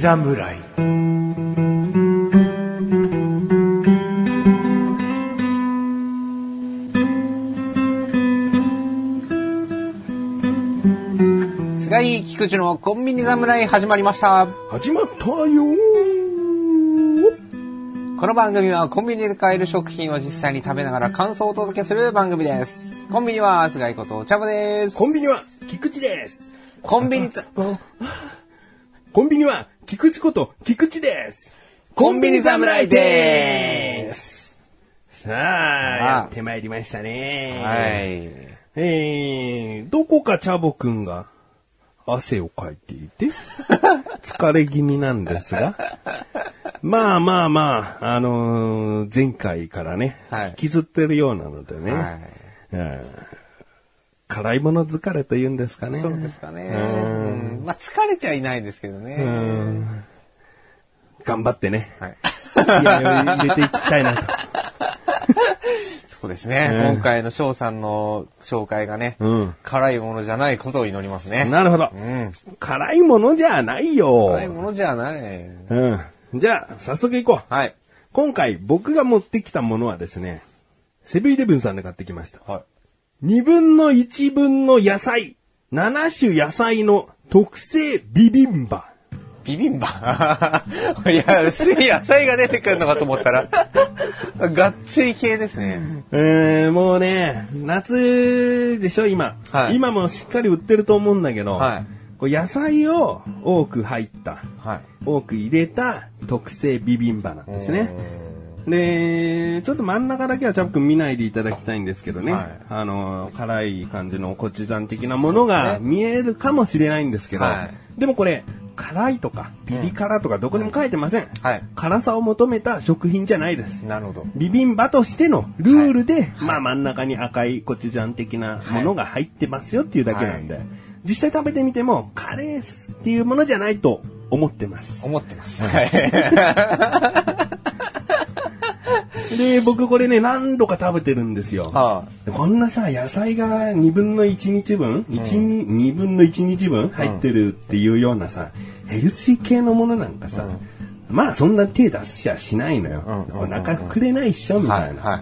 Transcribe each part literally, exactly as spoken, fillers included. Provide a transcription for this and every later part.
侍。 菅井菊池のコンビニ侍始まりました。 始まったよ。 この番組はコンビニで買える食品を実際に食べながら感想をお届けする番組です。コンビニは菅井ことお茶場です。 コンビニは菊池です。 コンビニコンビニは菊池こと菊池です。 コンビニ侍です。 さあ、やってまいりましたね。 はい。 えー、どこかチャボくんが汗をかいていて疲れ気味なんですが、まあまあまあ、あのー、前回からね、はい、引きずってるようなのでね、はい、うん、辛いもの疲れというんですかね。 そうですかね。うん、まあ疲れちゃいないですけどね。うん、 頑張ってね、はい、気合を入れていきたいなと。 そうですね、うん、今回の翔さんの紹介がね、うん、辛いものじゃないことを祈りますね。 なるほど、うん、辛いものじゃないよ。 辛いものじゃない、 うん、じゃあ早速行こう。はい。今回僕が持ってきたものはですね、セブンイレブンさんで買ってきました。はい。にぶんのいちぶんの野菜、なな種野菜の特製ビビンバ。 ビビンバいや、普通に野菜が出てくるのかと思ったら、がっつり系ですね。 えー、もうね、夏でしょ、今、はい。今もしっかり売ってると思うんだけど、はい、こう野菜を多く入った、はい、多く入れた特製ビビンバなんですね。で、ちょっと真ん中だけはチャック見ないでいただきたいんですけどね、はい、あの、辛い感じのコチュジャン的なものが見えるかもしれないんですけど、はい、でもこれ、辛いとかピリ辛とかどこにも書いてません、うんはい、辛さを求めた食品じゃないです。 なるほど。 ビビンバとしてのルールで、はい、まあ真ん中に赤いコチュジャン的なものが入ってますよっていうだけなんで、はい、実際食べてみてもカレーっていうものじゃないと思ってます思ってます、 はい、で僕これね何度か食べてるんですよ、はあ、こんなさ野菜がにぶんのいちにちぶん、うん、にぶんのいちにちぶん入ってるっていうようなさ、うん、ヘルシー系のものなんかさ、うん、まあそんな手出しちゃしないのよ、うん、お腹膨れないっしょみたいな、はいはい、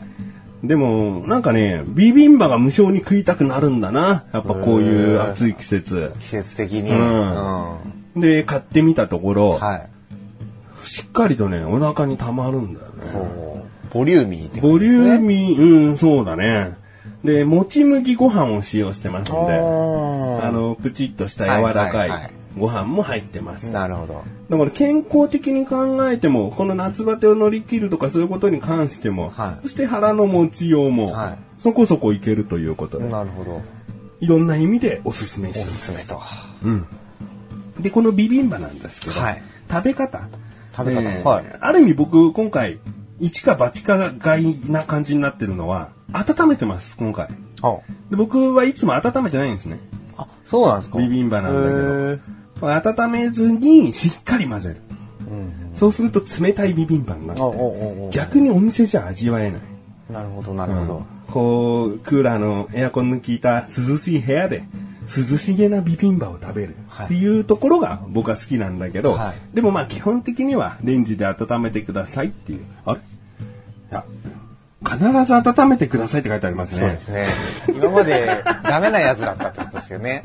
でもなんかねビビンバが無性に食いたくなるんだな、やっぱこういう暑い季節季節的に、 うんうん、で買ってみたところ、はい、しっかりとねお腹にたまるんだよね。 ボリューミーってことボリューミー、うん、そうだね。で、もち麦ご飯を使用してますので、あの、プチッとした柔らかいご飯も入ってます。 なるほど。 だから健康的に考えても、この夏バテを乗り切るとかそういうことに関しても、はい、そして腹の持ちようも、はい、そこそこいけるということで、 なるほど。 いろんな意味でおすすめします。 おすすめと。 うん。で、このビビンバなんですけど、はい、食べ方。 食べ方、えーはい、ある意味僕、今回、一か八か買いな感じになってるのは温めてます今回。で僕はいつも温めてないんですね。 あ、そうなんですか。 ビビンバなんだけど温めずにしっかり混ぜる、うんうん、そうすると冷たいビビンバになっておおお逆にお店じゃ味わえない。 なるほどなるほど、うん、 こうクーラーのエアコンの効いた涼しい部屋で涼しげなビビンバを食べるっていうところが僕は好きなんだけど、はい、でもまあ基本的にはレンジで温めてくださいっていう。あれ？いや、必ず温めてくださいって書いてありますね。 そうですね。今までダメなやつだったってことですよね。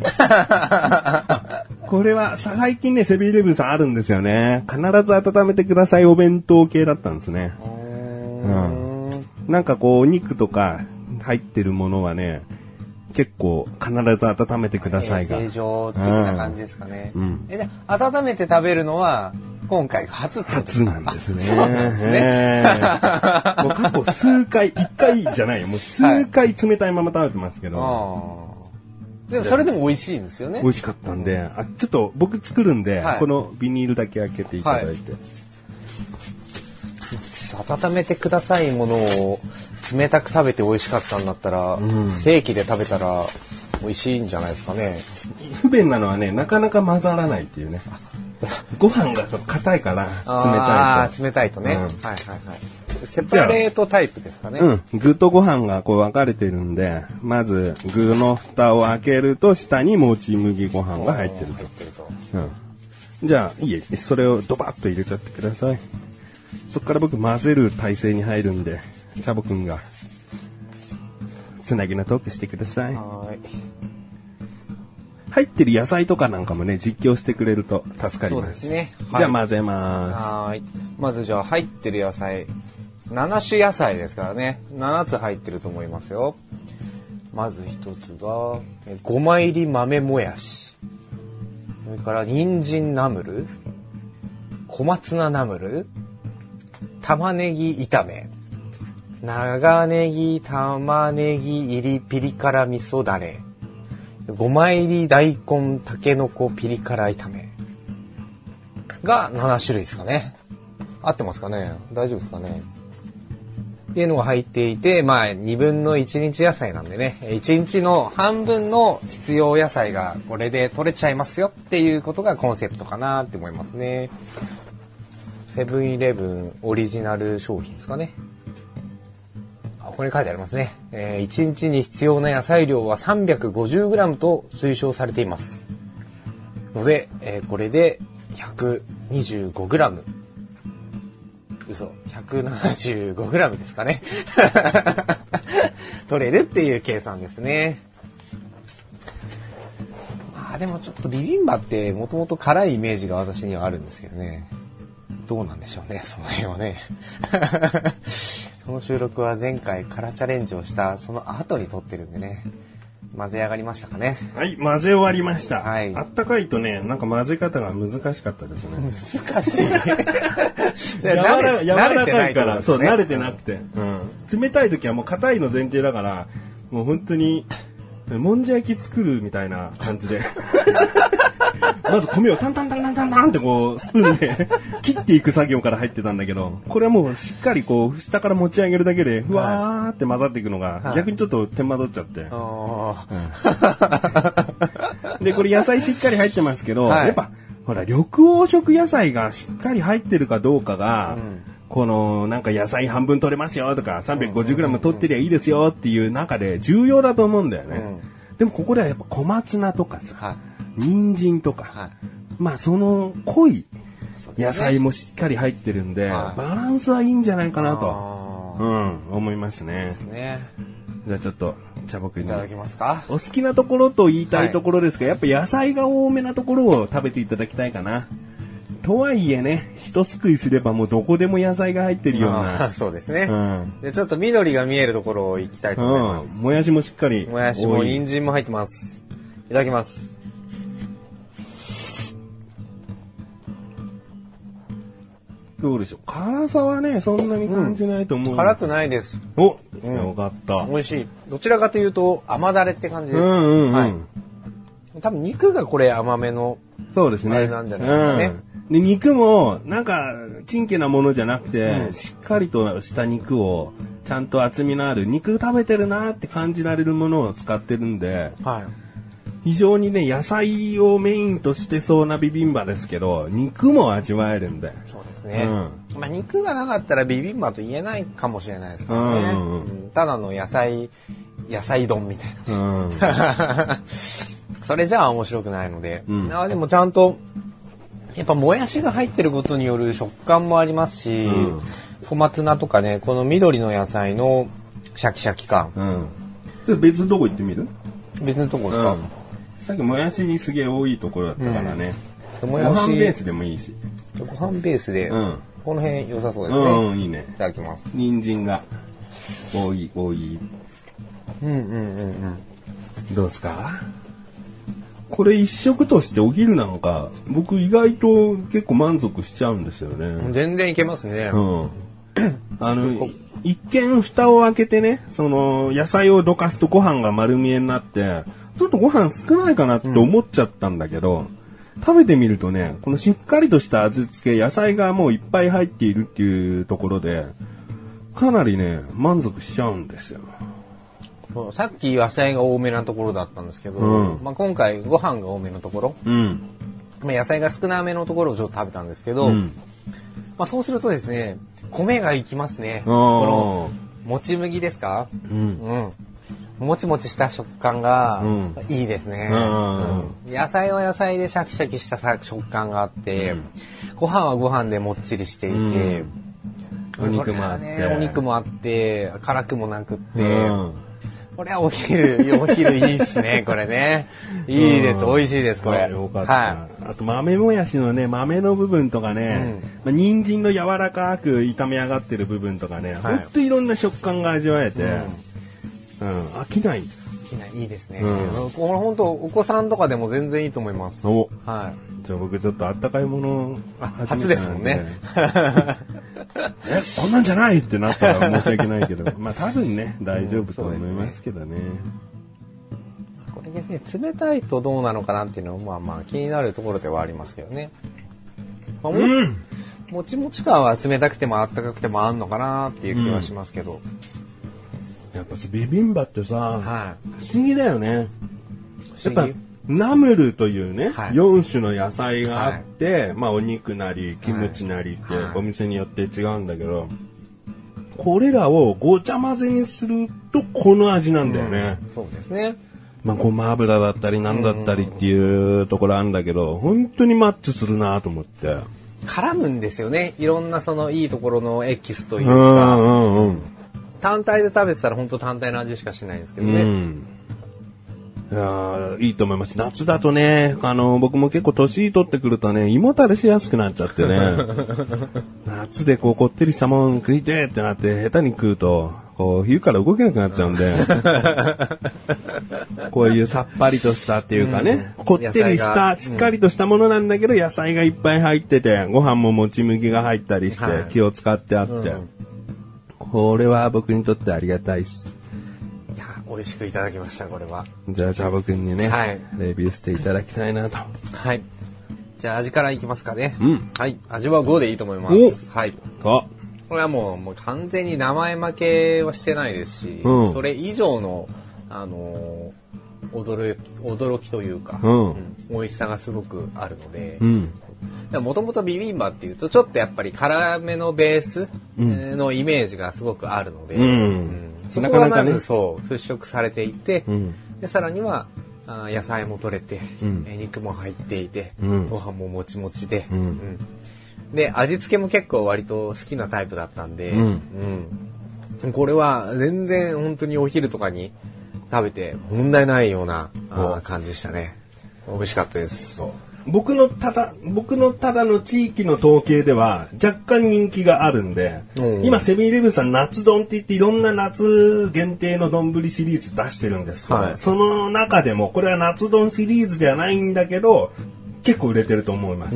これは最近ねセブンイレブンさんあるんですよね。必ず温めてくださいお弁当系だったんですね。うーん、なんかこうお肉とか入ってるものはね。結構必ず温めてくださいが正常的な感じですかね、うん、えじゃあ温めて食べるのは今回が初ってことですか。 初なんですね。 そうなんですね、 えー、もう過去数回いっかいじゃないよもう数回冷たいまま食べてますけど、はい、 でもそれでも美味しいんですよね。 美味しかったんで、うん、あちょっと僕作るんで、はい、このビニールだけ開けていただいて、はい、 温めてくださいものを冷たく食べて美味しかったんだったら、うん、正規で食べたら美味しいんじゃないですかね。 不便なのはねなかなか混ざらないっていうねご飯が硬いから冷たいとあ冷たいとね、うん、はいはいはいセパレートタイプですかね。 うん具とご飯がこう分かれてるんでまず具の蓋を開けると下にもち麦ご飯が入ってると、うん、 じゃあ、いいえ、それをドバッと入れちゃってください。そっから僕混ぜる体勢に入るんで、チャボくんが、つなぎのトークしてください。 はい。 入ってる野菜とかなんかもね、実況してくれると助かります。そうですね。 はい、じゃあ混ぜます。 はい。まずじゃあ入ってる野菜、なな種野菜ですからね。ななつ入ってると思いますよ。まず一つが、ごま入り豆もやし。それから人参ナムル、小松菜ナムル、玉ねぎ炒め、長ネギ玉ねぎ入りピリ辛味噌だれ、ごま入り大根たけのこピリ辛炒めがなな種類ですかね。合ってますかね。大丈夫ですかね。っていうのが入っていて、まあにぶんのいちにち野菜なんでね、いちにちの半分の必要野菜がこれで取れちゃいますよっていうことがコンセプトかなって思いますね。セブンイレブンオリジナル商品ですかね。あ、これ書いてありますね。えー、いちにちに必要な野菜量は さんびゃくごじゅうグラム と推奨されています。ので、えー、これで ひゃくにじゅうごグラム。嘘、ひゃくななじゅうごグラム ですかね。取れるっていう計算ですね。まあでもちょっとビビンバってもともと辛いイメージが私にはあるんですけどね。どうなんでしょうね、その辺はね。この収録は前回辛チャレンジをしたその後に撮ってるんでね。混ぜ上がりましたかね。 はい、混ぜ終わりました。はい、あったかいとね、なんか混ぜ方が難しかったですね。 難しい。 柔ら、柔らかいから、そう、慣れてなくて。うん。冷たい時はもう硬いの前提だから、もう本当に、もんじゃ焼き作るみたいな感じで。まず米をタンタンタンタンタンタンってこう、スプーンで切っていく作業から入ってたんだけど、これはもうしっかりこう、下から持ち上げるだけで、ふわーって混ざっていくのが、逆にちょっと手間取っちゃって。うん、で、これ野菜しっかり入ってますけど、はい、やっぱ、ほら、緑黄色野菜がしっかり入ってるかどうかが、うん、この、なんか野菜半分取れますよとか、さんびゃくごじゅうグラム 取ってりゃいいですよっていう中で重要だと思うんだよね。うん、でもここではやっぱ小松菜とかさ、はい、人参とか、はい、まあその濃い野菜もしっかり入ってるんで、はい、バランスはいいんじゃないかなと、うん、思いますね。ですね。じゃあちょっと、茶僕に。 いただきますか。 お好きなところと言いたいところですが、はい、やっぱ野菜が多めなところを食べていただきたいかな。とはいえね、一すくいすればもうどこでも野菜が入ってるような。 そうですね、うん。で、ちょっと緑が見えるところを行きたいと思います。 うん、もやしもしっかり。 もやしも人参も入ってます。いただきます。 どうでしょう。辛さはね、そんなに感じないと思う、 うん。辛くないです。 お、うん、よかった。 美味しい。どちらかというと甘だれって感じです。うんうんうん、はい。多分肉がこれ甘めの。 そうですね。 あれなんじゃないですかね。 うん、で肉もなんかチンケなものじゃなくて、うん、しっかりとした肉をちゃんと厚みのある肉食べてるなって感じられるものを使ってるんで。はい。非常にね、野菜をメインとしてそうなビビンバですけど、肉も味わえるんで。 そうですね。うん、まあ肉がなかったらビビンバと言えないかもしれないですからね。うんうん、ただの野菜、野菜丼みたいな、ね。うん、それじゃあ面白くないので。うん、あでもちゃんと、やっぱもやしが入ってることによる食感もありますし、うん、小松菜とかね、この緑の野菜のシャキシャキ感。 うん、別のとこ行ってみる？ 別のとこですか？うん、 さっきもやしにすげえ多いところだったからね。うん、もやしご飯ベースでもいいし。 ご飯ベースで、うん、この辺良さそうですね。 うん、いいね。 いただきます。 人参が多い多い。 うんうんうんうん。 どうですか？これ一食としてお昼なんか僕意外と結構満足しちゃうんですよね。 全然いけますね。うん。 あの一見蓋を開けてね、その野菜をどかすとご飯が丸見えになって。ちょっとご飯少ないかなって思っちゃったんだけど、うん、食べてみるとね、このしっかりとした味付け、野菜がもういっぱい入っているっていうところで、かなりね、満足しちゃうんですよ。 そうさっき野菜が多めなところだったんですけど、うん、まあ、今回ご飯が多めのところ、うん、まあ、野菜が少なめのところをちょっと食べたんですけど、うん、まあ、そうするとですね、米がいきますね。このもち麦ですか？うん。うんもちもちした食感がいいですね、うんうん、野菜は野菜でシャキシャキした食感があって、うん、ご飯はご飯でもっちりしていて、 うん、お肉もあって、ね、 お肉もあって辛くもなくって、うん、これはお昼お昼いいですねこれねいいです、うん、美味しいですこれ。 よかった、はい、あと豆もやしのね豆の部分とかね、うんまあ、人参の柔らかく炒め上がってる部分とかね、はい、ほんといろんな食感が味わえて、うんうん、飽きない。 飽きない、いいですね。うん、これ本当お子さんとかでも全然いいと思います。 お、はい。じゃあ僕ちょっとあったかいもの初ですもんね。 え、こんなんじゃないってなったら申し訳ないけど、まあ多分ね大丈夫と思いますけどね。うん、 これ逆に冷たいとどうなのかなっていうのはまあまあ気になるところではありますけどね。まあ、も, うん、もちもち感は冷たくてもあったかくてもあんのかなっていう気はしますけど。うんやっぱビビンバってさ、はい、不思議だよね。やっぱナムルというね、はい、よん種の野菜があって、はい、まあお肉なりキムチなりってお店によって違うんだけど、はい、これらをごちゃ混ぜにするとこの味なんだよね。 うん、そうですね。 まあごま油だったりなんだったりっていうところあるんだけど、本当にマッチするなと思って。 絡むんですよね。いろんなそのいいところのエキスというか。うんうんうん単体で食べてたら本当単体の味しかしないんですけどね。うん、 いやいいと思います。夏だとね、あの僕も結構年取ってくるとね、胃もたれしやすくなっちゃってね。夏でこうこってりしたもん食いてってなって下手に食うと、こう冬から動けなくなっちゃうんで、こういうさっぱりとしたっていうかね、うん、こってりしたしっかりとしたものなんだけど、野菜がいっぱい入ってて、ご飯ももち麦が入ったりして気を使ってあって。うんこれは僕にとってありがたいです。 いや、美味しくいただきました、これは。 じゃあ、じゃあ僕にね、はい、レビューしていただきたいなと。 はい。じゃあ、味からいきますかね。 うん。 はい。味はごでいいと思います。はい。 これはもう、もう完全に名前負けはしてないですし、うん、それ以上の、あのー、驚き、驚きというか、うんうん、美味しさがすごくあるので、うんもともとビビンバっていうとちょっとやっぱり辛めのベースのイメージがすごくあるので、うんうん、そこがまずそう払拭されていて、うん、でさらにはあ野菜も取れて、うん、肉も入っていて、うん、ご飯ももちもちで、うんうん、で味付けも結構割と好きなタイプだったんで、うんうん、これは全然本当にお昼とかに食べて問題ないような感じでしたね。美味しかったです。 僕のただ、僕のただの地域の統計では若干人気があるんで、うん、今セブンイレブンさん夏丼って言っていろんな夏限定の丼シリーズ出してるんですけど、はい、その中でもこれは夏丼シリーズではないんだけど、結構売れてると思います。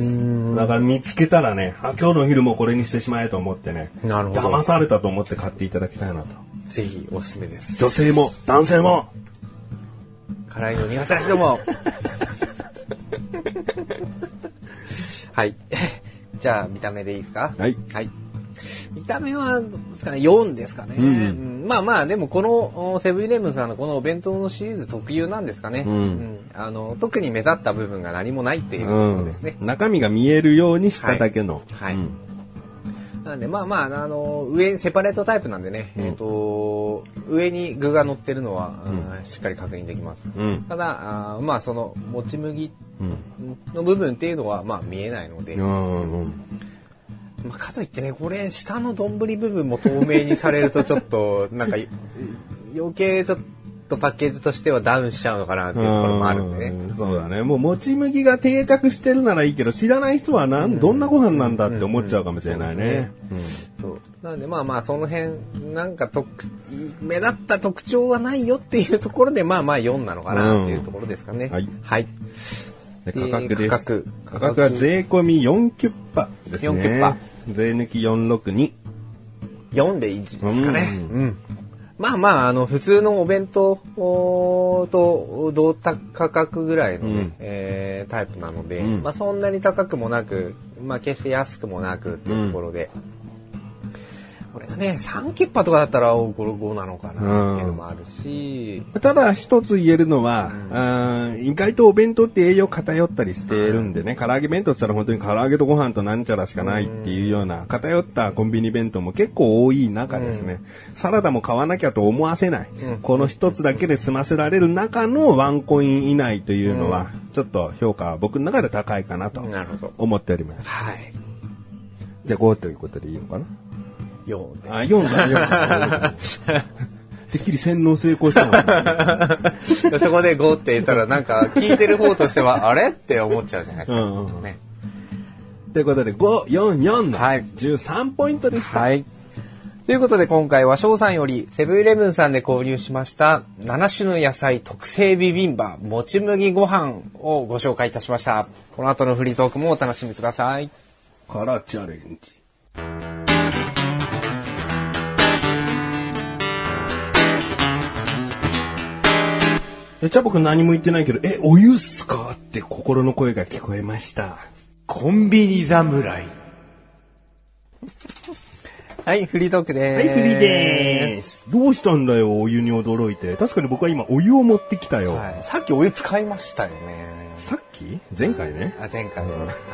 だから見つけたらね、あ、今日のお昼もこれにしてしまえと思ってね、なるほど。騙されたと思って買っていただきたいなと。 ぜひおすすめです。 女性も男性も辛いの苦手な人もはい。じゃあ見た目でいいですか？ はい。 はい。見た目はどうですかね、よんですかね、うんうん、まあまあでもこのセブンイレブンさんのこのお弁当のシリーズ特有なんですかね、うんうん、あの特に目立った部分が何もないっていうことですね、 うん、中身が見えるようにしただけの、 はい、はいうん、なんでまあまああの上にセパレートタイプなんでね、うん、えーと上に具が乗ってるのは、うん、しっかり確認できます、うん、ただあまあそのもち麦の部分っていうのはまあ見えないので、うんうんまあ、かといってねこれ下の丼部分も透明にされるとちょっとなんか余計ちょっとパッケージとしてはダウンしちゃうのかなっていうところもあるんでね。 そうだね。もうもち麦が定着してるならいいけど知らない人はなん、うん、どんなご飯なんだって思っちゃうかもしれないね。 そうなんでまあまあその辺なんかと目立った特徴はないよっていうところでまあまあよんなのかなっていうところですかね。うん、はい。はい。 で価格です。価格。価格は税込みよんキュッパですね。よんキュッパ。税抜きよんひゃくろくじゅうに。 よんでいいですかね。うん。うん、まあまああの普通のお弁当と同価格ぐらいのね、うんえー、タイプなので、うん、まあそんなに高くもなく、まあ決して安くもなくっていうところで、 これがね、さんキッパとかだったらごろごなのかなっていうのもあるし。 うん、ただ一つ言えるのは、うん、あ意外とお弁当って栄養偏ったりしてるんでね、唐揚げ弁当って言ったら本当に唐揚げとご飯となんちゃらしかないっていうような偏ったコンビニ弁当も結構多い中ですね、うん、サラダも買わなきゃと思わせない、うん、この一つだけで済ませられる中のワンコイン以内というのは、ちょっと評価は僕の中で高いかなと思っております。 はい。 じゃあごということでいいのかな。 よんで。 あ、よんだ、よんだ。てっきり洗脳成功したのかそこでごって言ったらなんか聞いてる方としてはあれって思っちゃうじゃないですか。うんうんね、 ということでご、よん、よんのじゅうさんポイントでした。 はい。ということで今回は翔さんよりセブンイレブンさんで購入しましたなな種の野菜特製ビビンバもち麦ご飯をご紹介いたしました。この後のフリートークもお楽しみください。 からチャレンジ。え、じゃあ僕何も言ってないけど、え、お湯っすかって心の声が聞こえました。 コンビニ侍。はい、フリートークでーす。 はい、フリーでーす。どうしたんだよ、お湯に驚いて。確かに僕は今お湯を持ってきたよ。はい、 さっきお湯使いましたよね。 さっき前回ね。 あ、前回。うん、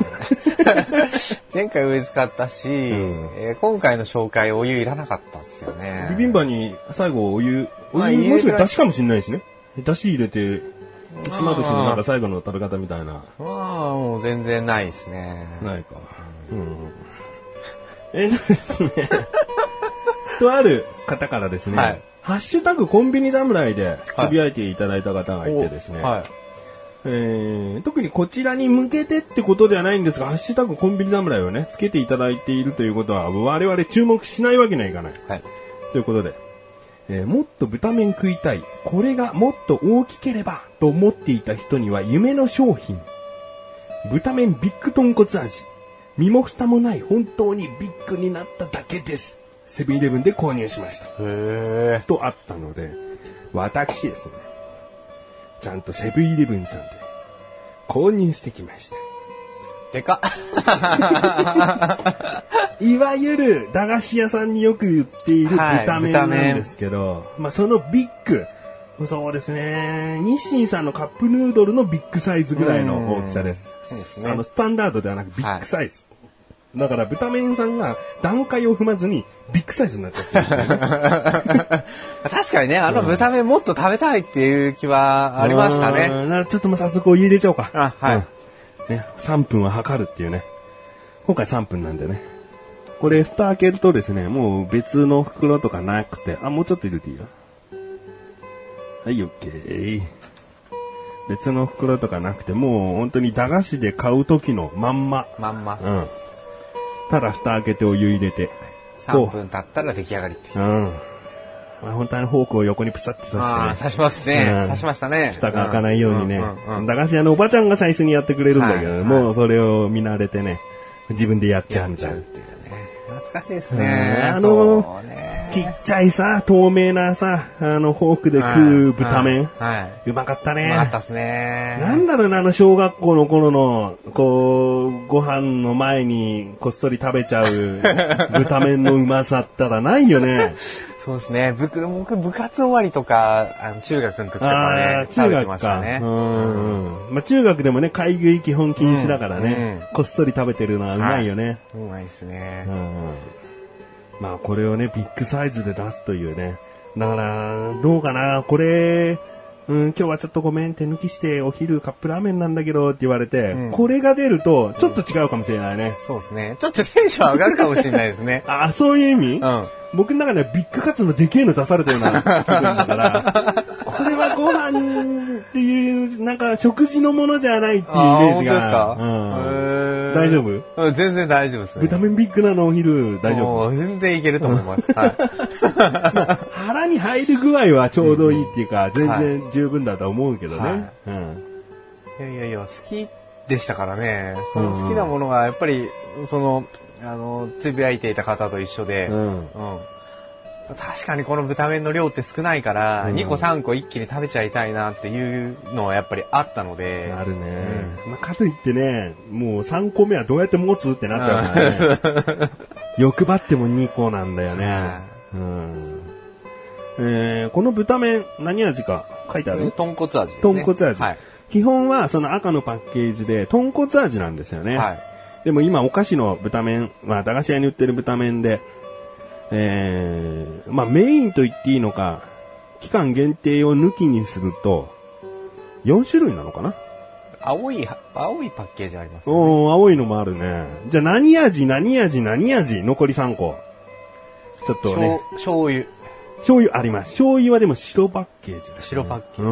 前回お湯使ったし、うんえー、今回の紹介お湯いらなかったっすよね。 ビビンバに最後お湯、お湯もしか出汁かもしれないしね。出汁入れて、ひつまぶしのなんか最後の食べ方みたいな。 ああ、もう全然ないですね。 ないか。うん。えー、ですね。とある方からですね、はい、ハッシュタグコンビニ侍でつぶやいていただいた方がいてですね、はいはいえー、特にこちらに向けてってことではないんですが、ハッシュタグコンビニ侍をね、つけていただいているということは、我々注目しないわけにはいかない。はい、ということで、えー、もっと豚麺食いたい。これがもっと大きければと思っていた人には夢の商品。豚麺ビッグ豚骨味。身も蓋もない本当にビッグになっただけです。セブンイレブンで購入しました。 へー。 とあったので、私ですね、ちゃんとセブンイレブンさんで購入してきました。 でかいわゆる駄菓子屋さんによく売っている豚麺なんですけど、はい、まあそのビッグ、そうですね、日清さんのカップヌードルのビッグサイズぐらいの大きさです。そうですね、あのスタンダードではなくビッグサイズ。はい、だから豚麺さんが段階を踏まずにビッグサイズになっちゃってる、ね。 確かにね、あの豚麺もっと食べたいっていう気はありましたね。 なちょっともう早速お湯入れちゃおうか。 あ、はい、うんね。さんぷんは測るっていうね。今回さんぷんなんでね。これ蓋開けるとですね、もう別の袋とかなくて、あ、もうちょっと入れていいよ。はい、オッケー。別の袋とかなくて、もう本当に駄菓子で買う時のまんま。 まんま。 うん。ただ蓋開けてお湯入れて。はい、 さんぷん経ったら出来上がりっていう。 うん。まあ、本当にフォークを横にプサッと刺してね。ああ、刺しますね。うん、刺しましたね。 蓋が開かないようにね。うんうんうん、駄菓子屋のおばちゃんが最初にやってくれるんだけど、はいはい、もうそれを見慣れてね、自分でやっちゃうみたいな。 っていうね。懐かしいですね。 あのー、ちっちゃいさ、透明なさ、あの、フォークで食う豚麺。 はい。はい、 うまかったね。 うまかったですね。 なんだろうな、あの、小学校の頃の、こう、ご飯の前にこっそり食べちゃう豚麺のうまさったらないよね。 そうですね。僕、僕部活終わりとか、あの中学の時とかね、食べてましたね。 うん、うん。まあ、中学でもね、買い食い基本禁止だからね、うんうん、こっそり食べてるのはうまいよね。 はい、うまいですね。 うん。まあこれをね、ビッグサイズで出すというね。だから、どうかな、これ、うん、今日はちょっとごめん、手抜きしてお昼カップラーメンなんだけどって言われて、うん、これが出るとちょっと違うかもしれないね。 うん、そうですね。ちょっとテンション上がるかもしれないですね。 あ、そういう意味？うん。僕の中ではビッグカツのでけえの出されたような気分だから、これはご飯っていう、なんか食事のものじゃないっていうイメージが。 本当ですか？うん、 大丈夫？ 全然大丈夫ですね。 豚麺ビッグなのお昼大丈夫？ 全然いけると思います。はいまあ、腹に入る具合はちょうどいいっていうか、うん、全然十分だと思うけどね。はいうん、 いやいやいや、好きでしたからね。その好きなものがやっぱり、その、あの、つぶやいていた方と一緒で、うんうん、確かにこの豚麺の量って少ないから、うん、にこさんこ一気に食べちゃいたいなっていうのはやっぱりあったので。 あるね。うんまあ、かといってね、もうさんこめはどうやって持つってなっちゃうからね。 欲張ってもにこなんだよね。うん。えー、この豚麺、何味か書いてある？ 豚骨味ですね。 豚骨味。はい。基本はその赤のパッケージで豚骨味なんですよね。はい。でも今お菓子の豚麺、まあ駄菓子屋に売ってる豚麺で、えー、まあメインと言っていいのか、期間限定を抜きにすると、よん種類なのかな？ 青い、青いパッケージありますね。 おー、青いのもあるね。じゃあ何味、何味、何味、残りさんこ。ちょっとね。 醤油。 醤油あります。醤油はでも白パッケージだ、ね。 白パッケージ。うん。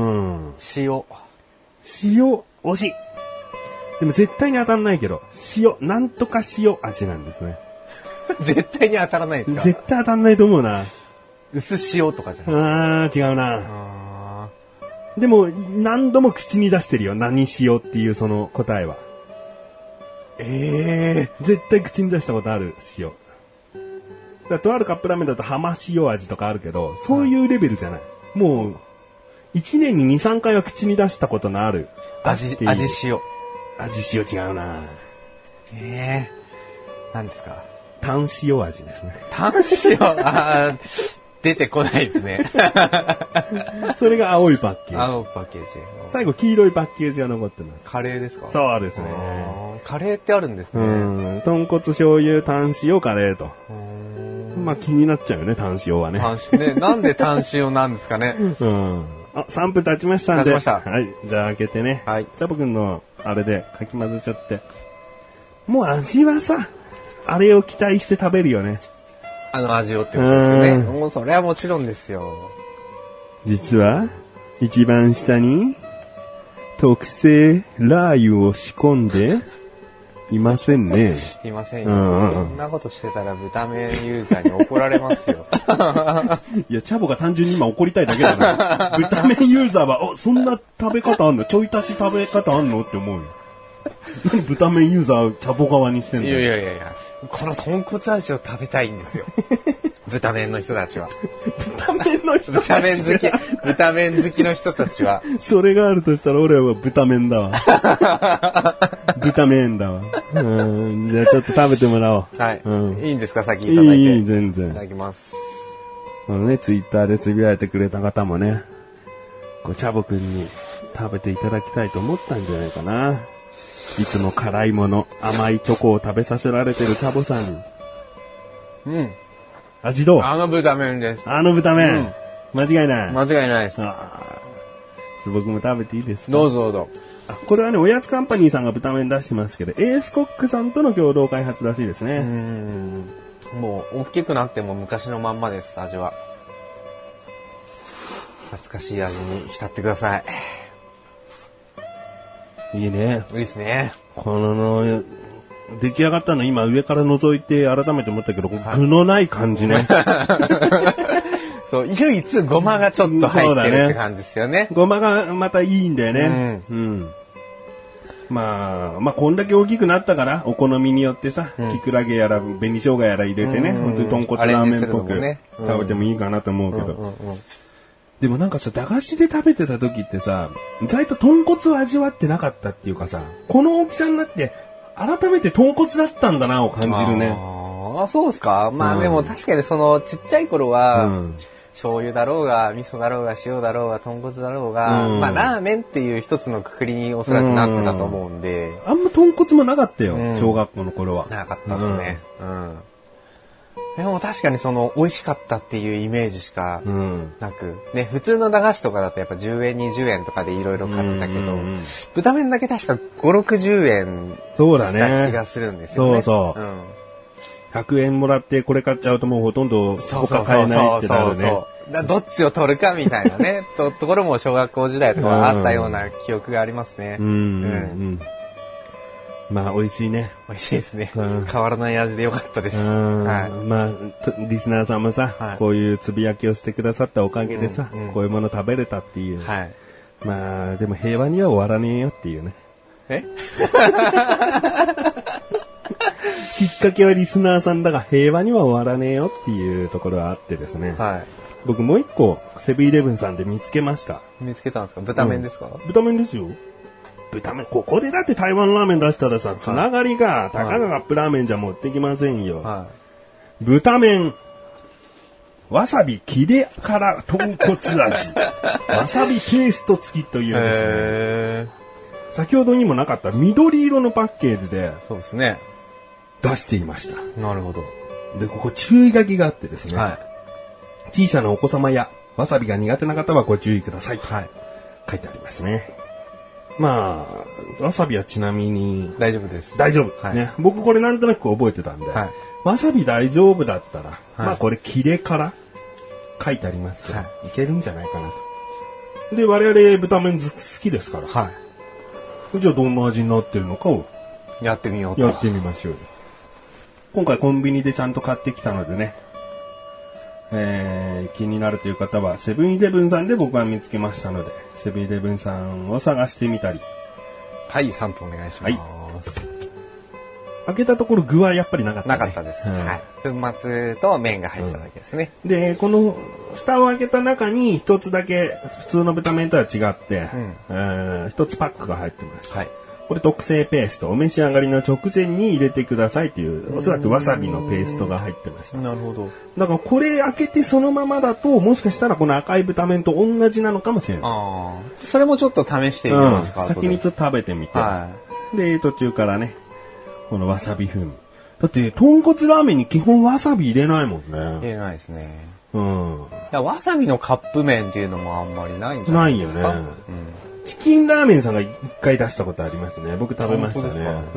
塩。 塩、惜しい。でも絶対に当たんないけど、塩、なんとか塩味なんですね。 絶対に当たらないですか？ 絶対当たんないと思うな。 薄塩とかじゃない？ あー、違うな。あでも、何度も口に出してるよ。何塩っていうその答えは。ええー。絶対口に出したことある塩。だとあるカップラーメンだと浜塩味とかあるけど、そういうレベルじゃない。もう、一年にに、さんかいは口に出したことのある。 味、味塩。 味塩違うな。 ええー。何ですか？ タン塩味ですね。 タン塩あ出てこないですね。 それが青いパッケージ。 青いパッケージ。 最後黄色いパッケージが残ってます。 カレーですか？ そうですね。 カレーってあるんですね。 うん。豚骨醤油、タン塩、カレーと。まあ気になっちゃうよね、タン塩はね。 タン塩ね。なんでタン塩なんですかね。 うん。あ、さんぷん経ちましたんで。 経ちました。 はい。じゃあ開けてね。はい。チャボくんのあれでかき混ぜちゃって。もう味はさ、あれを期待して食べるよね。 あの味をってことですよね。もうそれはもちろんですよ。 実は、一番下に、特製ラー油を仕込んで、いませんね。 いませんよ。そんなことしてたら豚麺ユーザーに怒られますよ。 いや、チャボが単純に今怒りたいだけだな。豚麺ユーザーは、お、そんな食べ方あんの？ちょい足し食べ方あんのって思うよ。何豚麺ユーザーチャボ側にしてんの？ いやいやいやいや。この豚骨味を食べたいんですよ。豚麺の人たちは。 豚麺の人たち豚麺好き、豚麺好きの人たちは。 それがあるとしたら俺は豚麺だわ。豚麺だわ。うん。じゃあちょっと食べてもらおう。 はい。うん、いいんですか、先いただいて。 いい、いい、全然。 いただきます。 このね、ツイッターでつぶやいてくれた方もね、こう、チャボくんに食べていただきたいと思ったんじゃないかな。いつも辛いもの、甘いチョコを食べさせられてるチャボさんに。 うん。 味どう？ あの豚麺です。 あの豚麺。うん、間違いない。 間違いないです。あ僕も食べていいですか？ どうぞどうぞ。 あ、これはね、おやつカンパニーさんが豚麺出してますけど、エースコックさんとの共同開発らしいですね。うーん。もう、大きくなっても昔のまんまです、味は。懐かしい味に浸ってください。 いいね。 いいですね。 この、出来上がったの今上から覗いて改めて思ったけど、はい、具のない感じね。 そう、唯一ごまがちょっと入ってるって感じですよね。 ごまがまたいいんだよね。うん。うん、まあ、まあこんだけ大きくなったから、お好みによってさ、うん、キクラゲやら紅生姜やら入れてね、本当に豚骨ラーメンっぽく食べてもいいかなと思うけど。うんうんうんうん、でもなんかさ、駄菓子で食べてた時ってさ、意外と豚骨を味わってなかったっていうかさ、この大きさになって改めて豚骨だったんだなを感じるね。 ああ、そうですか。まあ、うん、でも確かにそのちっちゃい頃は、うん、醤油だろうが味噌だろうが塩だろうが豚骨だろうが、うん、まあラーメンっていう一つのくくりにおそらくなってたと思うんで、 うん、あんま豚骨もなかったよ、うん、小学校の頃は。 なかったですね。うん。うんでも確かにその美味しかったっていうイメージしかなく、うん、ね、普通の駄菓子とかだとやっぱじゅうえんにじゅうえんとかでいろいろ買ってたけど、うんうんうん、豚麺だけ確かご、ろくじゅうえんした気がするんですよね。 そうそう。うん、ひゃくえんもらってこれ買っちゃうともうほとんど他買えないってなるね。そうそうそうそうだどっちを取るかみたいなねと、ところも小学校時代とかはあったような記憶がありますね。うんうんうんまあ、美味しいね。 美味しいですね。うん、変わらない味でよかったです。 はい、まあ、リスナーさんもさ、はい、こういうつぶやきをしてくださったおかげでさ、うんうん、こういうもの食べれたっていう。はい、まあ、でも平和には終わらねえよっていうね。 えきっかけはリスナーさんだが平和には終わらねえよっていうところはあってですね。はい、僕もう一個、セブンイレブンさんで見つけました。 見つけたんですか？豚麺ですか？ うん、豚麺ですよ。豚麺、ここでだって台湾ラーメン出したらさ、つながりが、たかがカップラーメンじゃ持ってきませんよ。はい。 豚麺。わさび切れ辛豚骨味。わさびペースト付きというですね。先ほどにもなかった緑色のパッケージで。 そうですね。 出していました。 なるほど。 で、ここ注意書きがあってですね。 はい。 小さなお子様やわさびが苦手な方はご注意ください。 はい。 書いてありますね。まあ、わさびはちなみに。 大丈夫です。 大丈夫。はい。ね。僕これなんとなく覚えてたんで。はい。わさび大丈夫だったら、はい、まあこれ切れ辛書いてありますけど、はい、いけるんじゃないかなと。で、我々豚麺好きですから。はい。じゃあどんな味になってるのかを。 やってみようと。 やってみましょう。今回コンビニでちゃんと買ってきたのでね。えー、気になるという方はセブンイレブンさんで僕は見つけましたので、セブンイレブンさんを探してみたり。 はい、さんぷんお願いします。はい、 開けたところ具はやっぱりなかった、ね、 なかったです、うん。はい。粉末と麺が入ってただけですね。 うん、で、この蓋を開けた中に一つだけ普通の豚麺とは違って、うんえー、一つパックが入ってます。はい。これ特製ペースト、お召し上がりの直前に入れてくださいという、おそらくわさびのペーストが入ってます。 なるほど。 だからこれ開けてそのままだと、もしかしたらこの赤い豚麺と同じなのかもしれない。 ああ。それもちょっと試してみますか、 うん、先にちょっと食べてみて。はい。で、途中からね、このわさび風味。だって、豚骨ラーメンに基本わさび入れないもんね。 入れないですね。 うん。 いや、わさびのカップ麺っていうのもあんまりないんじゃないですか。 ないよね。うんチキンラーメンさんが一回出したことありますね。僕食べましたね。うん、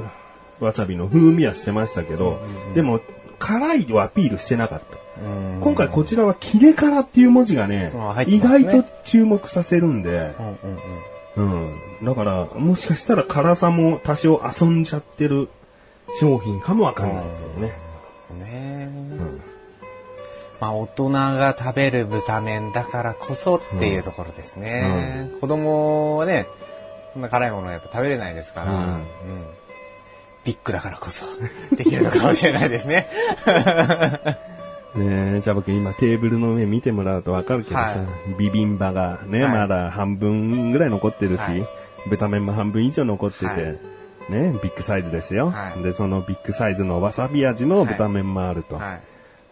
わさびの風味はしてましたけど、うんうん、でも辛いをアピールしてなかった。今回こちらは切れ辛っていう文字がね、ね意外と注目させるんで、うんうんうん、だからもしかしたら辛さも多少遊んじゃってる商品かもわかんないっていうね。 ねうんまあ、大人が食べる豚麺だからこそっていうところですね。うん、子供はね、こんな辛いものはやっぱ食べれないですから、うんうん、ビッグだからこそできるのかもしれないですね。 ねえ、じゃあ僕今テーブルの上見てもらうとわかるけどさ、はい、ビビンバがね、はい、まだ半分ぐらい残ってるし、はい、豚麺も半分以上残ってて、はい、ね、ビッグサイズですよ、はい。で、そのビッグサイズのわさび味の豚麺もあると。はい、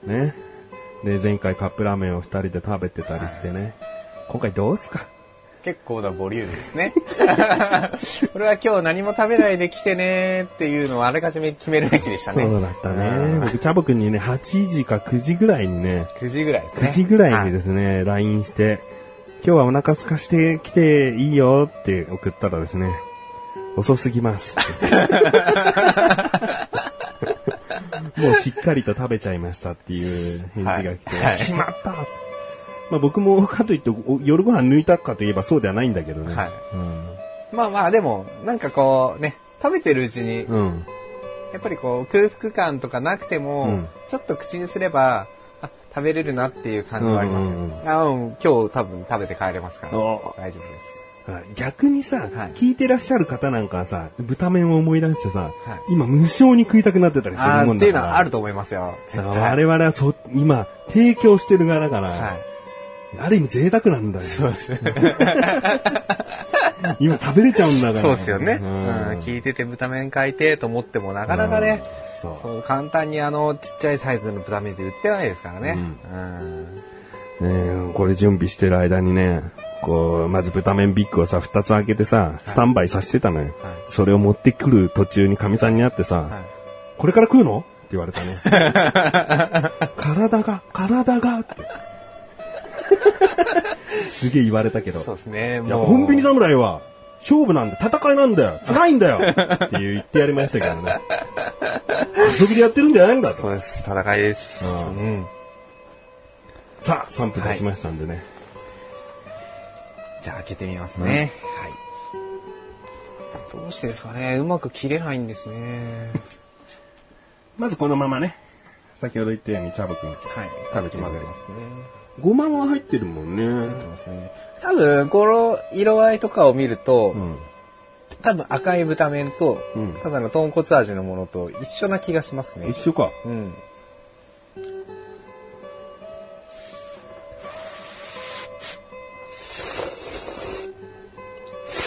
ね。で、前回カップラーメンを二人で食べてたりしてね。はい、今回どうすか？ 結構なボリュームですね。これは今日何も食べないで来てねっていうのをあらかじめ決めるべきでしたね。 そうだったね。僕、チャボくんにね、はちじかくじぐらいにね。 くじぐらいですね。 くじぐらいにですね、はい、ライン して、今日はお腹空かしてきていいよって送ったらですね、遅すぎます。もうしっかりと食べちゃいましたっていう返事が来て、はい、しまったまあ僕もかといって夜ご飯抜いたかといえばそうではないんだけどね。はいうん、まあまあでもなんかこうね、食べてるうちに、うん、やっぱりこう空腹感とかなくても、うん、ちょっと口にすればあ食べれるなっていう感じはありますよ、うんうんうん、あ今日多分食べて帰れますから大丈夫です。 逆にさ、はい、聞いてらっしゃる方なんかはさ、豚麺を思い出してさ、はい、今無性に食いたくなってたりするもんだから。 っていうのはあると思いますよ。 だから我々はそ今提供してる側だから、はい、ある意味贅沢なんだよ。 そうですね。 今食べれちゃうんだから。 そうですよね。うん、聞いてて豚麺買いてと思ってもなかなかね、そうそう簡単にあのちっちゃいサイズの豚麺って売ってないですからね。 うんうんね、これ準備してる間にね。こう、まず豚麺ビッグをさ、二つ開けてさ、はい、スタンバイさせてたのよ、はい。それを持ってくる途中に神さんに会ってさ、はい、これから食うのって言われたね。体が、体がって。すげえ言われたけど。 そうですね。 いや、コンビニ侍は、勝負なんだ、戦いなんだよ、辛いんだよって言ってやりましたけどね。遊びでやってるんじゃないんだと。 そうです、戦いです。うんうん、 さあ、さんぷん経ちましたんでね。はいじゃあ開けてみますね、うん。はい。どうしてですかね。うまく切れないんですね。 まずこのままね。先ほど言ったようにチャボくん。はい。 食べて混ぜますね。 ごまも入ってるもんね。 入ってますね。多分この色合いとかを見ると、うん、多分赤い豚麺と、うん、ただの豚骨味のものと一緒な気がしますね。 一緒か。 うん。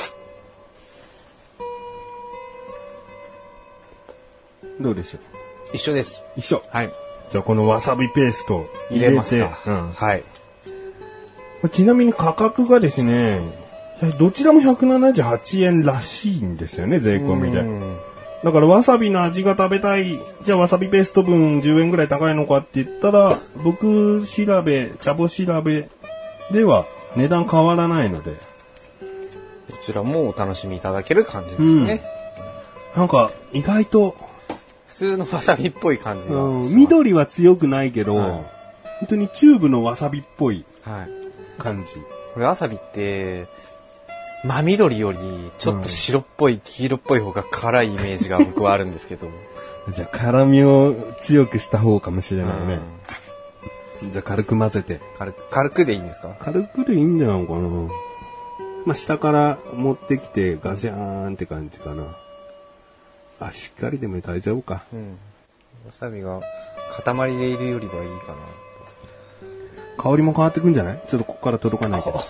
どうでしょう。 一緒です。 一緒。 はい。 じゃあこのわさびペースト入れますか。 うん。 はい。 ちなみに価格がですね、どちらもひゃくななじゅうはちえんらしいんですよね、税込みで。だからわさびの味が食べたい、じゃあわさびペースト分じゅうえんぐらい高いのかって言ったら、僕調べ、茶坊調べでは値段変わらないので。 こちらもお楽しみいただける感じですね。 うん、なんか意外と普通のわさびっぽい感じが、 うん、緑は強くないけど、はい、本当にチューブのわさびっぽい感じ。 はい、これわさびって真緑よりちょっと白っぽい、うん、黄色っぽい方が辛いイメージが僕はあるんですけどじゃあ辛みを強くした方かもしれないね、うん、じゃあ軽く混ぜて軽く軽くでいいんですか？ 軽くでいいんじゃないかな。まあ、下から持ってきてガシャーンって感じかな。あ、しっかりでも大丈夫か。 うん。わさびが塊でいるよりはいいかな。香りも変わってくんじゃない？ちょっとここから届かないけど。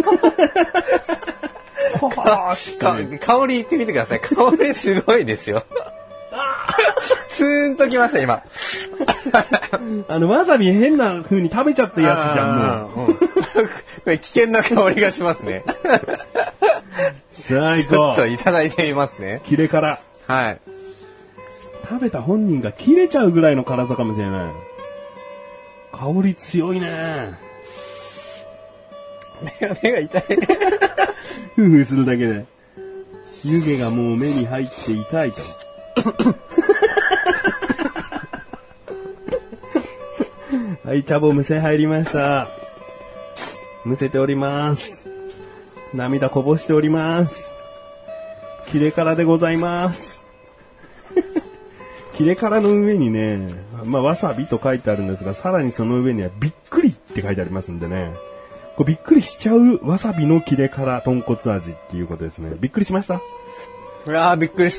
か香りいってみてください。香りすごいですよ。ツーンときました今。 あのわさび変な風に食べちゃったやつじゃんもう。うん、これ危険な香りがしますね。 最高。 ちょっといただいてみますね。 切れ辛。 はい。 食べた本人が切れちゃうぐらいの辛さかもしれない。香り強いね。 目が目が痛い。 ふうふうするだけで湯気がもう目に入って痛いと。はい、茶棒むせ入りました。むせております。涙こぼしております。切れ辛でございます。切れ辛の上にね、まあわさびと書いてあるんですが、さらにその上にはびっくりって書いてありますんでね。これびっくりしちゃうわさびの切れ辛豚骨味っていうことですね。びっくりしました？ うわー、びっくりした。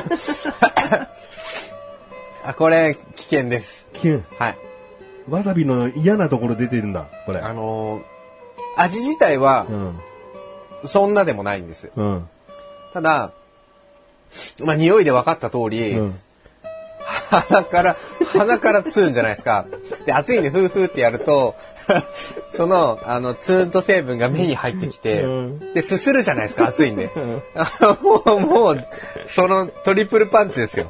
あ、これ危険です。 危険。 はい。 わさびの嫌なところ出てるんだ、これ。 あのー、味自体は、うん、そんなでもないんです。うん、ただ、まあ、匂いで分かった通り、うん、鼻から、鼻からツーンじゃないですか。で、熱いんでフーフーってやると、その、あの、ツーンと成分が目に入ってきて、うん、で、すするじゃないですか、熱いんで。うん、もう、もう、そのトリプルパンチですよ。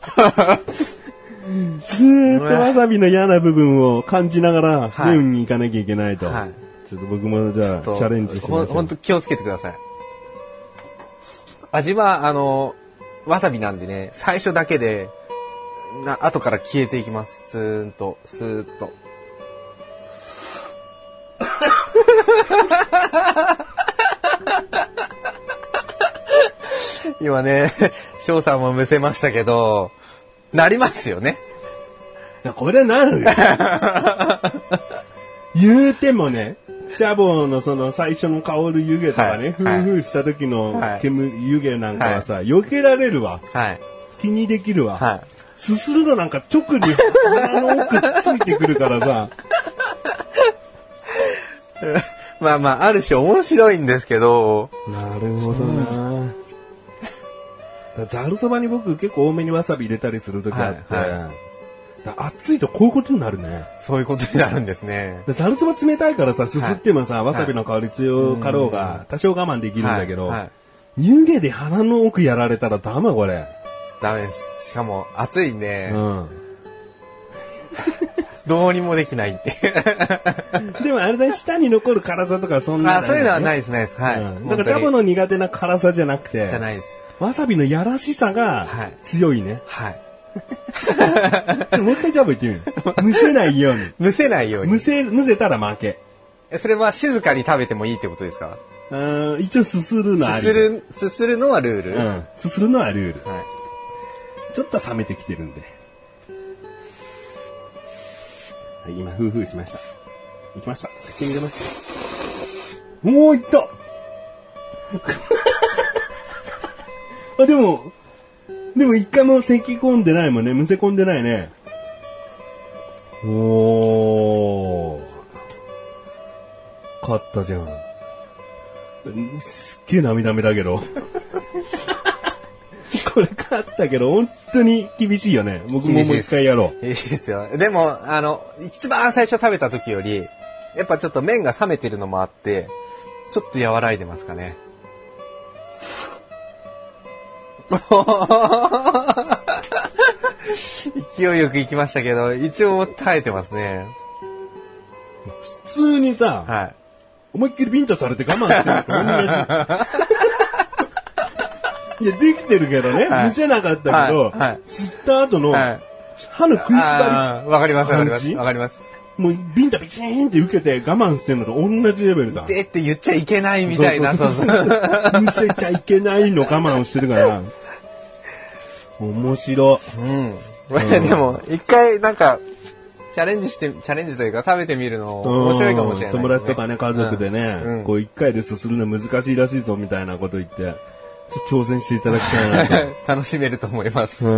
ずーっとわさびの嫌な部分を感じながら、はい、メインに行かなきゃいけないと。はい、ちょっと僕もじゃあ、チャレンジします。 ほんと気をつけてください。味は、あの、わさびなんでね、最初だけで、な、後から消えていきます。ツーンと、スーッと。今ね、翔さんもむせましたけど、なりますよね。 いや、これなるよ。言うてもね、シャボのその最初の香る湯気とかね、はい、ふうふうした時の煙、はい、湯気なんかはさ、はい、避けられるわ。はい、気にできるわ。はい、すするのなんか直に鼻の奥ついてくるからさ。 まあまあ、ある種面白いんですけど。 なるほどな。ざるそばに僕結構多めにわさび入れたりするときあって、はいはい、熱いとこういうことになるね。 そういうことになるんですね。 ざるそば冷たいからさ、すすってもさ、はい、わさびの香り強かろうが、多少我慢できるんだけど、はいはい、湯気で鼻の奥やられたらダメこれ。 ダメです。しかも熱いんで、うん、どうにもできないって。 でもあれだ、舌に残る辛さとかそんな、 ね、あ、そういうのはないです、ないです。はい。 うん、だからチャボの苦手な辛さじゃなくて、 じゃないです。 わさびのやらしさが強いね。 はい。 もう一回ジャボ言ってみる。むせないように。 むせないように。 むせ、むせたら負け。 それは静かに食べてもいいってことですか？ あ、一応すするのあり。 すする、すするのはルール？ うん。すするのはルール。はい。ちょっと冷めてきてるんで。はい、今、ふうふうしました。いきました。口に入れました。もういったあ、でも、でも一回も咳込んでないもんね。むせ込んでないね。おー。勝ったじゃん。すっげえ涙目だけど。 これ勝ったけど、本当に厳しいよね。僕ももう一回やろう。 厳しいですよ。でも、あの、一番最初食べた時より、やっぱちょっと麺が冷めてるのもあって、ちょっと和らいでますかね。勢いよくいきましたけど、一応耐えてますね。 普通にさ、はい、思いっきりビンタされて我慢してると同じ。いや、できてるけどね、はい、見せなかったけど、はいはい、吸った後の、はい、歯の食いしばり。 わかります、わかります。わかります。 もうビンタビチーンって受けて我慢してるのと同じレベルだ。 でって言っちゃいけないみたいな、そうそう。 見せちゃいけないの我慢をしてるから。面白い。うん。 うん、でも、一回なんか、チャレンジして、チャレンジというか食べてみるの面白いかもしれない、ね、 友達とかね、家族でね、うん、こう一回ですするの難しいらしいぞみたいなこと言って、挑戦していただきたいなと。 楽しめると思います。 うん。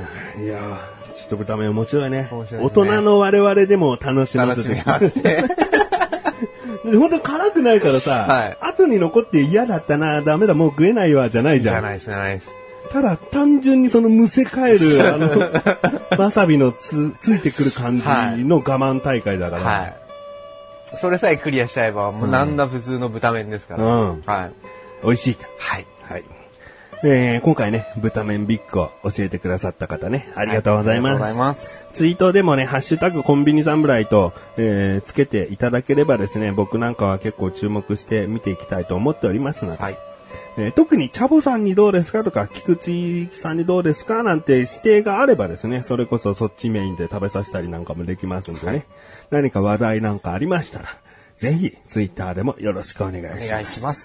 いやちょっと豚麺面白いね。面白いですね。大人の我々でも楽しめますね。楽しめますね。本当辛くないからさ、はい、後に残って嫌だったな、ダメだ、もう食えないわ、じゃないじゃん。 じゃないです、じゃないです。 ただ単純にそのむせ返るあのわさびのつついてくる感じの我慢大会だから、はいはい、 それさえクリアしちゃえばもうなんだ普通の豚麺ですから、うんはい、美味しい。 はい、 はいえー、今回ね豚麺ビッグを教えてくださった方ねありがとうございます。はい、ありがとうございます。ツイートでもねハッシュタグコンビニ侍と、えー、つけていただければですね僕なんかは結構注目して見ていきたいと思っておりますので。はいえー、特にチャボさんにどうですかとか、菊池さんにどうですかなんて指定があればですね、それこそそっちメインで食べさせたりなんかもできますんでね、はい、何か話題なんかありましたら、ぜひツイッターでもよろしくお願いします。 お願いします。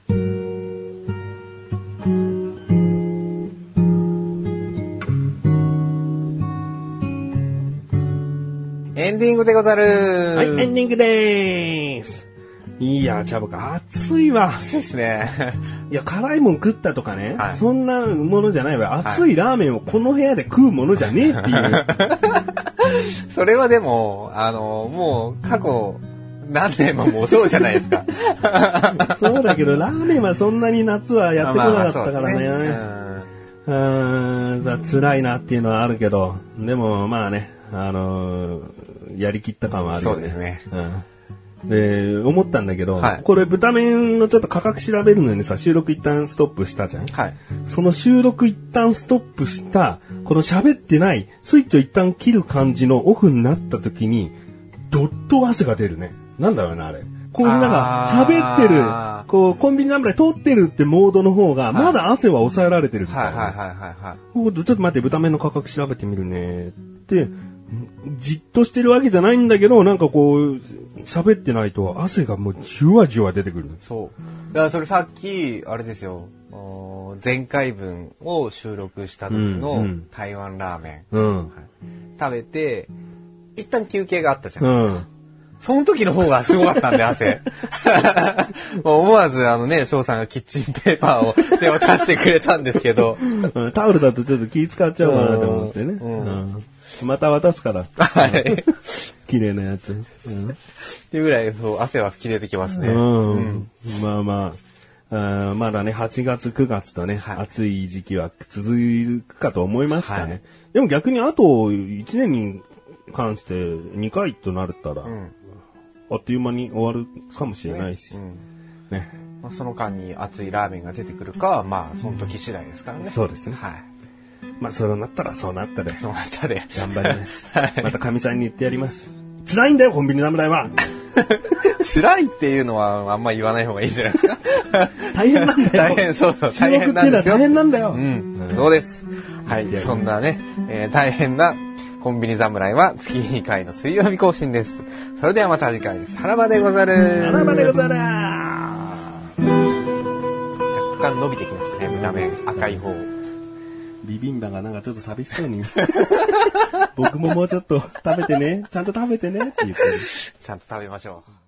エンディングでござる。 はい、エンディングでーす。いや、チャボか、暑いわ。 暑いですね。 いや、辛いもん食ったとかね、はい、そんなものじゃないわ。熱いラーメンをこの部屋で食うものじゃねえっていう。 それはでも、あの、もう過去何年ももうそうじゃないですか。 そうだけど、ラーメンはそんなに夏はやってこなかったからね。まあまあうーん、だ辛いなっていうのはあるけど、でもまあね、あのー、やりきった感はあるよね。 そうですね。うんで、思ったんだけど、はい、これ豚麺のちょっと価格調べるのにさ、収録一旦ストップしたじゃん、はい、その収録一旦ストップした、この喋ってない、スイッチを一旦切る感じのオフになった時に、どっと汗が出るね。なんだろうな、あれ。こうなんか、喋ってる、こう、コンビニナンバー通ってるってモードの方が、まだ汗は抑えられてるみたいな。はいはいはいはい。ちょっと待って、豚麺の価格調べてみるね。って、じっとしてるわけじゃないんだけど、なんかこう、喋ってないと汗がもうじわじわ出てくる。 そう。だからそれさっき、あれですよ、前回分を収録した時の台湾ラーメン、うんはい、食べて、一旦休憩があったじゃないですか。うん、その時の方がすごかったんで、汗。思わずあのね、翔さんがキッチンペーパーを手を出してくれたんですけど。 タオルだとちょっと気使っちゃうかなと思ってね。うんうんまた渡すから。はい。綺麗なやつ。 うん。っていうぐらい、そう、汗は吹き出てきますね。 うん。うん、まあまあ、あまだね、はちがつ、くがつとね、はい、暑い時期は続くかと思いますからね。はい、でも逆にあといちねんに関してにかいとなったら、うん、あっという間に終わるかもしれないし。ね。うんねまあ、その間に熱いラーメンが出てくるかは、まあ、その時次第ですからね。 そうですね。はい。まあ、そうなったらそうなったで。 そうなったで。 頑張ります。はい、また神さんに言ってやります。辛いんだよ、コンビニ侍は。 辛いっていうのはあんま言わない方がいいじゃないですか。 大変なんだよ。 大変、そうそう。大変なんですよ。 大変なんだよ。 うん。そうです。はい。そんなね、えー、大変なコンビニ侍は月にかいの水曜日更新です。それではまた次回です。さらばでござる。 さらばでござる。若干伸びてきましたね、見た目赤い方。 ビビンバがなんかちょっと寂しそうに僕ももうちょっと食べてねちゃんと食べてねって言ってる。 ちゃんと食べましょう。